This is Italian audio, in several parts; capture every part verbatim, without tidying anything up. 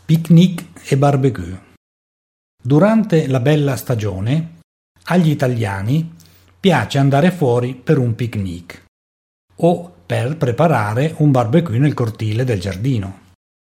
Picnic e barbecue. Durante la bella stagione, agli italiani piace andare fuori per un picnic o per preparare un barbecue nel cortile del giardino.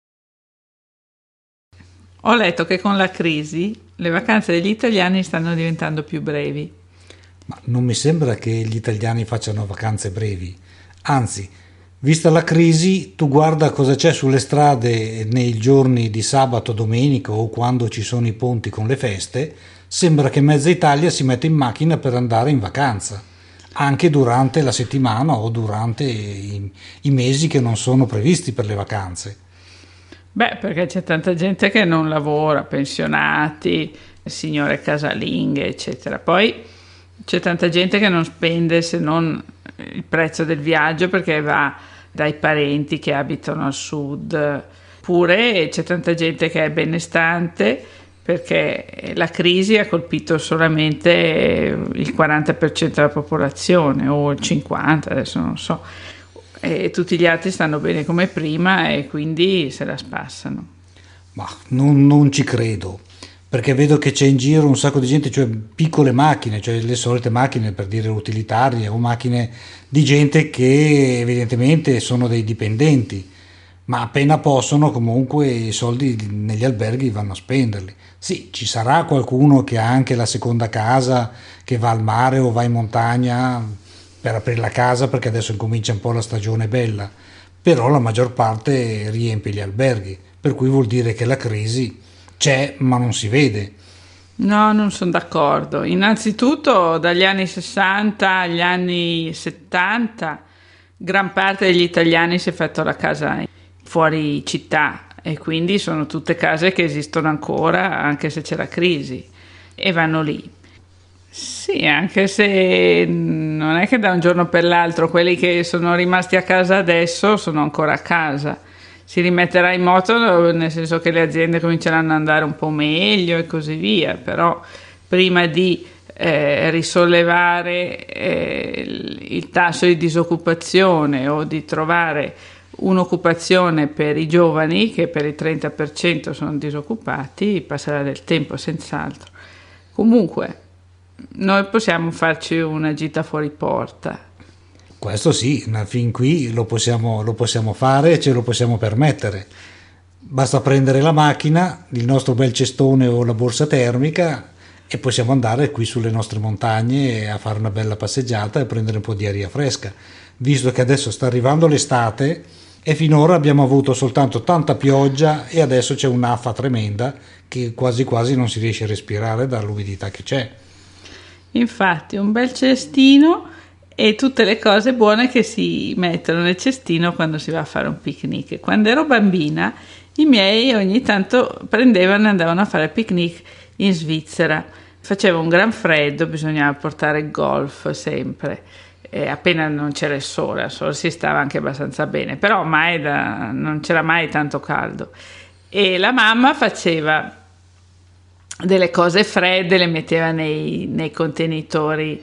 Ho letto che con la crisi le vacanze degli italiani stanno diventando più brevi. Ma non mi sembra che gli italiani facciano vacanze brevi. Anzi, vista la crisi, tu guarda cosa c'è sulle strade nei giorni di sabato, domenica o quando ci sono i ponti con le feste, sembra che mezza Italia si mette in macchina per andare in vacanza, anche durante la settimana o durante i, i mesi che non sono previsti per le vacanze. Beh, perché c'è tanta gente che non lavora, pensionati, signore casalinghe, eccetera. Poi c'è tanta gente che non spende se non il prezzo del viaggio perché va dai parenti che abitano al sud, oppure c'è tanta gente che è benestante perché la crisi ha colpito solamente il quaranta per cento della popolazione o il cinquanta per cento, adesso non so, e tutti gli altri stanno bene come prima e quindi se la spassano. Ma non, non ci credo, perché vedo che c'è in giro un sacco di gente, cioè piccole macchine, cioè le solite macchine per dire utilitarie o macchine di gente che evidentemente sono dei dipendenti, ma appena possono comunque i soldi negli alberghi vanno a spenderli. Sì, ci sarà qualcuno che ha anche la seconda casa, che va al mare o va in montagna per aprire la casa perché adesso incomincia un po' la stagione bella, però la maggior parte riempie gli alberghi, per cui vuol dire che la crisi c'è ma non si vede. No, non sono d'accordo. Innanzitutto dagli anni sessanta agli anni settanta gran parte degli italiani si è fatto la casa fuori città e quindi sono tutte case che esistono ancora anche se c'è la crisi e vanno lì. Sì, anche se non è che da un giorno per l'altro quelli che sono rimasti a casa adesso sono ancora a casa. Si rimetterà in moto nel senso che le aziende cominceranno ad andare un po' meglio e così via, però prima di eh, risollevare eh, il tasso di disoccupazione o di trovare un'occupazione per i giovani, che per il trenta per cento sono disoccupati, passerà del tempo senz'altro. Comunque noi possiamo farci una gita fuori porta. Questo sì, fin qui lo possiamo, lo possiamo fare e ce lo possiamo permettere. Basta prendere la macchina, il nostro bel cestone o la borsa termica e possiamo andare qui sulle nostre montagne a fare una bella passeggiata e prendere un po' di aria fresca, visto che adesso sta arrivando l'estate e finora abbiamo avuto soltanto tanta pioggia e adesso c'è un'affa tremenda che quasi quasi non si riesce a respirare dall'umidità che c'è. Infatti un bel cestino e tutte le cose buone che si mettono nel cestino quando si va a fare un picnic. Quando ero bambina i miei ogni tanto prendevano e andavano a fare picnic in Svizzera. Faceva un gran freddo, bisognava portare il golf sempre, e appena non c'era il sole, al sole si stava anche abbastanza bene, però mai da, non c'era mai tanto caldo. E la mamma faceva delle cose fredde, le metteva nei, nei contenitori,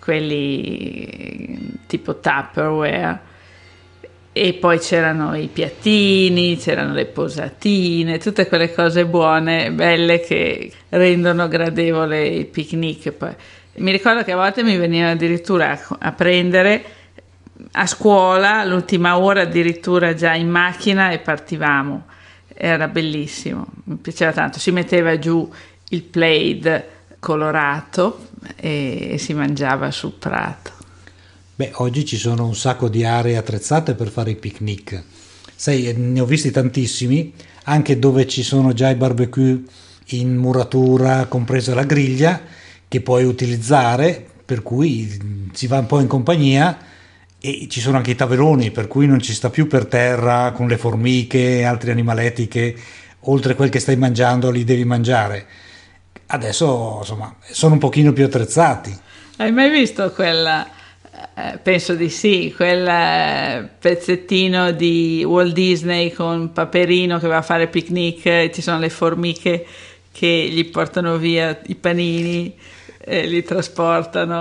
quelli tipo Tupperware, e poi c'erano i piattini, c'erano le posatine, tutte quelle cose buone, belle che rendono gradevole il picnic. Poi mi ricordo che a volte mi venivano addirittura a, a prendere a scuola, l'ultima ora addirittura già in macchina e partivamo, era bellissimo, mi piaceva tanto, si metteva giù il plaid colorato e si mangiava sul prato. Beh, oggi ci sono un sacco di aree attrezzate per fare i picnic. Sai, ne ho visti tantissimi, anche dove ci sono già i barbecue in muratura, compresa la griglia, che puoi utilizzare, per cui si va un po' in compagnia e ci sono anche i tavoloni, per cui non ci sta più per terra con le formiche e altri animaletti che oltre quel che stai mangiando li devi mangiare. Adesso insomma sono un pochino più attrezzati. Hai mai visto quella, eh, penso di sì, quel eh, pezzettino di Walt Disney con Paperino che va a fare picnic e ci sono le formiche che gli portano via i panini e li trasportano?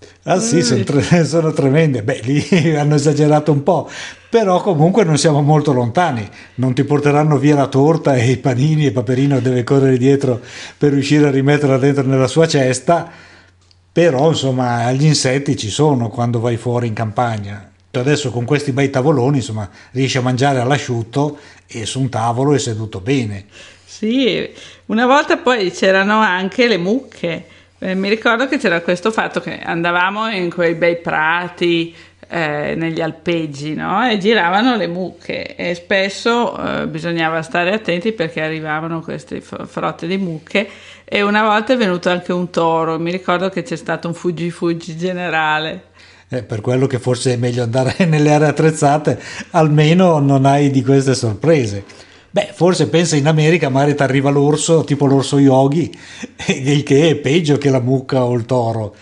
Ah sì, sono, tre- sono tremende. Beh, lì hanno esagerato un po', però comunque non siamo molto lontani. Non ti porteranno via la torta e i panini e Paperino deve correre dietro per riuscire a rimetterla dentro nella sua cesta, però insomma gli insetti ci sono quando vai fuori in campagna. Tu adesso con questi bei tavoloni, insomma, riesci a mangiare all'asciutto e su un tavolo è seduto bene. Sì, una volta poi c'erano anche le mucche. Eh, mi ricordo che c'era questo fatto che andavamo in quei bei prati, eh, negli alpeggi, no? E giravano le mucche e spesso eh, bisognava stare attenti perché arrivavano queste f- frotte di mucche e una volta è venuto anche un toro. Mi ricordo che c'è stato un fuggi-fuggi generale. Eh, per quello che forse è meglio andare nelle aree attrezzate, almeno non hai di queste sorprese. Beh, forse pensa in America, magari ti arriva l'orso, tipo l'orso Yogi, il che è peggio che la mucca o il toro.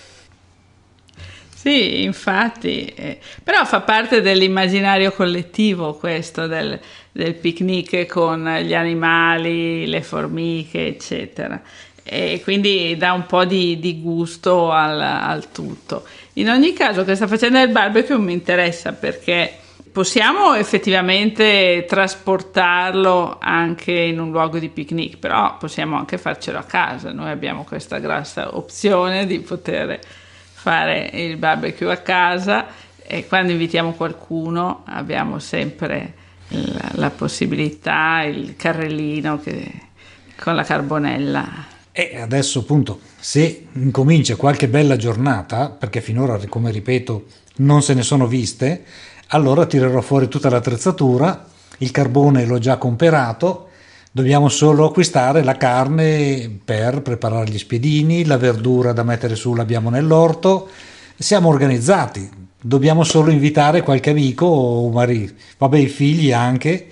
Sì, infatti, eh, però fa parte dell'immaginario collettivo questo del, del picnic con gli animali, le formiche, eccetera. E quindi dà un po' di, di gusto al, al tutto. In ogni caso, questa faccenda del barbecue mi interessa perché possiamo effettivamente trasportarlo anche in un luogo di picnic, però possiamo anche farcelo a casa. Noi abbiamo questa grossa opzione di poter fare il barbecue a casa e quando invitiamo qualcuno abbiamo sempre la, la possibilità, il carrellino che, con la carbonella. E adesso appunto, se incomincia qualche bella giornata, perché finora, come ripeto, non se ne sono viste, allora tirerò fuori tutta l'attrezzatura, il carbone l'ho già comperato, dobbiamo solo acquistare la carne per preparare gli spiedini, la verdura da mettere su l'abbiamo nell'orto, siamo organizzati, dobbiamo solo invitare qualche amico o marito, vabbè i figli anche,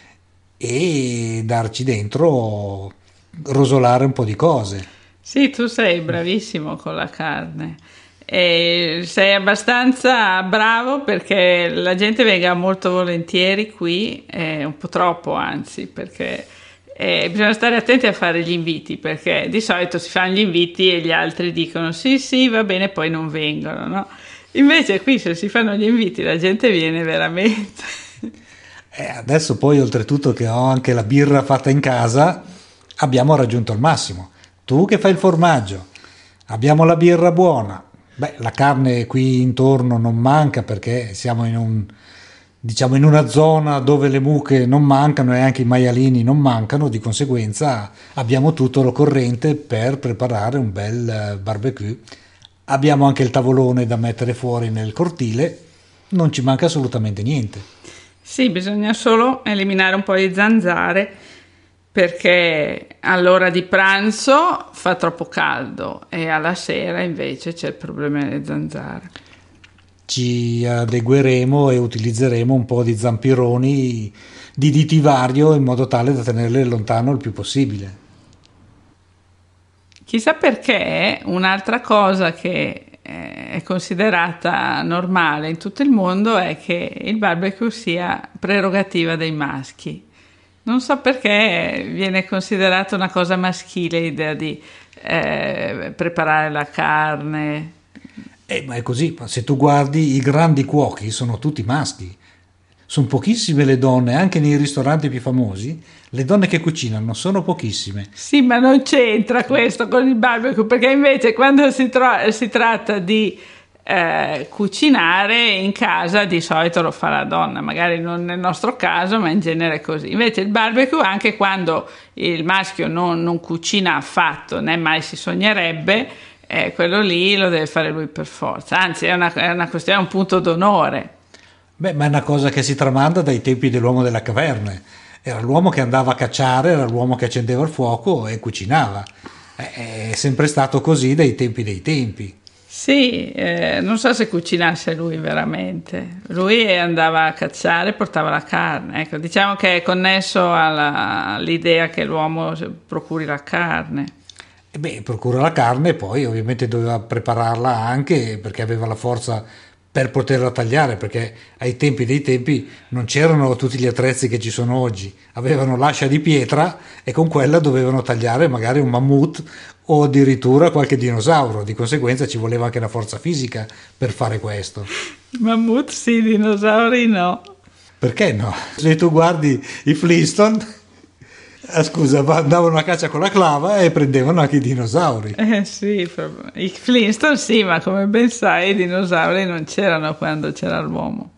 e darci dentro, rosolare un po' di cose. Sì, tu sei bravissimo con la carne. E sei abbastanza bravo perché la gente venga molto volentieri qui, eh, un po' troppo anzi, perché eh, bisogna stare attenti a fare gli inviti, perché di solito si fanno gli inviti e gli altri dicono sì, sì, va bene, poi non vengono, no? Invece qui se si fanno gli inviti la gente viene veramente. E adesso poi oltretutto che ho anche la birra fatta in casa, abbiamo raggiunto il massimo. Tu che fai il formaggio, abbiamo la birra buona. Beh, la carne qui intorno non manca perché siamo in un, diciamo in una zona dove le mucche non mancano e anche i maialini non mancano, di conseguenza abbiamo tutto l'occorrente per preparare un bel eh, barbecue. Abbiamo anche il tavolone da mettere fuori nel cortile, non ci manca assolutamente niente. Sì, bisogna solo eliminare un po' di zanzare perché all'ora di pranzo fa troppo caldo e alla sera invece c'è il problema delle zanzare. Ci adegueremo e utilizzeremo un po' di zampironi di diti vario in modo tale da tenerle lontano il più possibile. Chissà perché un'altra cosa che eh, è considerata normale in tutto il mondo è che il barbecue sia prerogativa dei maschi. Non so perché viene considerata una cosa maschile l'idea di eh, preparare la carne. Eh, ma è così, ma se tu guardi i grandi cuochi sono tutti maschi. Sono pochissime le donne, anche nei ristoranti più famosi, le donne che cucinano sono pochissime. Sì, ma non c'entra questo con il barbecue, perché invece quando si, tro- si tratta di eh, cucinare in casa di solito lo fa la donna, magari non nel nostro caso, ma in genere è così. Invece il barbecue, anche quando il maschio non, non cucina affatto, né mai si sognerebbe, eh, quello lì lo deve fare lui per forza. Anzi, è una, è una questione, è un punto d'onore. Beh, ma è una cosa che si tramanda dai tempi dell'uomo della caverna. Era l'uomo che andava a cacciare, era l'uomo che accendeva il fuoco e cucinava. È sempre stato così dai tempi dei tempi. Sì, eh, non so se cucinasse lui veramente. Lui andava a cacciare e portava la carne. Ecco, diciamo che è connesso alla, all'idea che l'uomo procuri la carne. E beh, procura la carne e poi ovviamente doveva prepararla anche perché aveva la forza per poterla tagliare, perché ai tempi dei tempi non c'erano tutti gli attrezzi che ci sono oggi, avevano l'ascia di pietra e con quella dovevano tagliare magari un mammut o addirittura qualche dinosauro, di conseguenza ci voleva anche la forza fisica per fare questo. Mammut sì, dinosauri no. Perché no? Se tu guardi i Flintstone, ah, scusa, andavano a caccia con la clava e prendevano anche i dinosauri. Eh sì, i Flintstone sì, ma come ben sai i dinosauri non c'erano quando c'era l'uomo.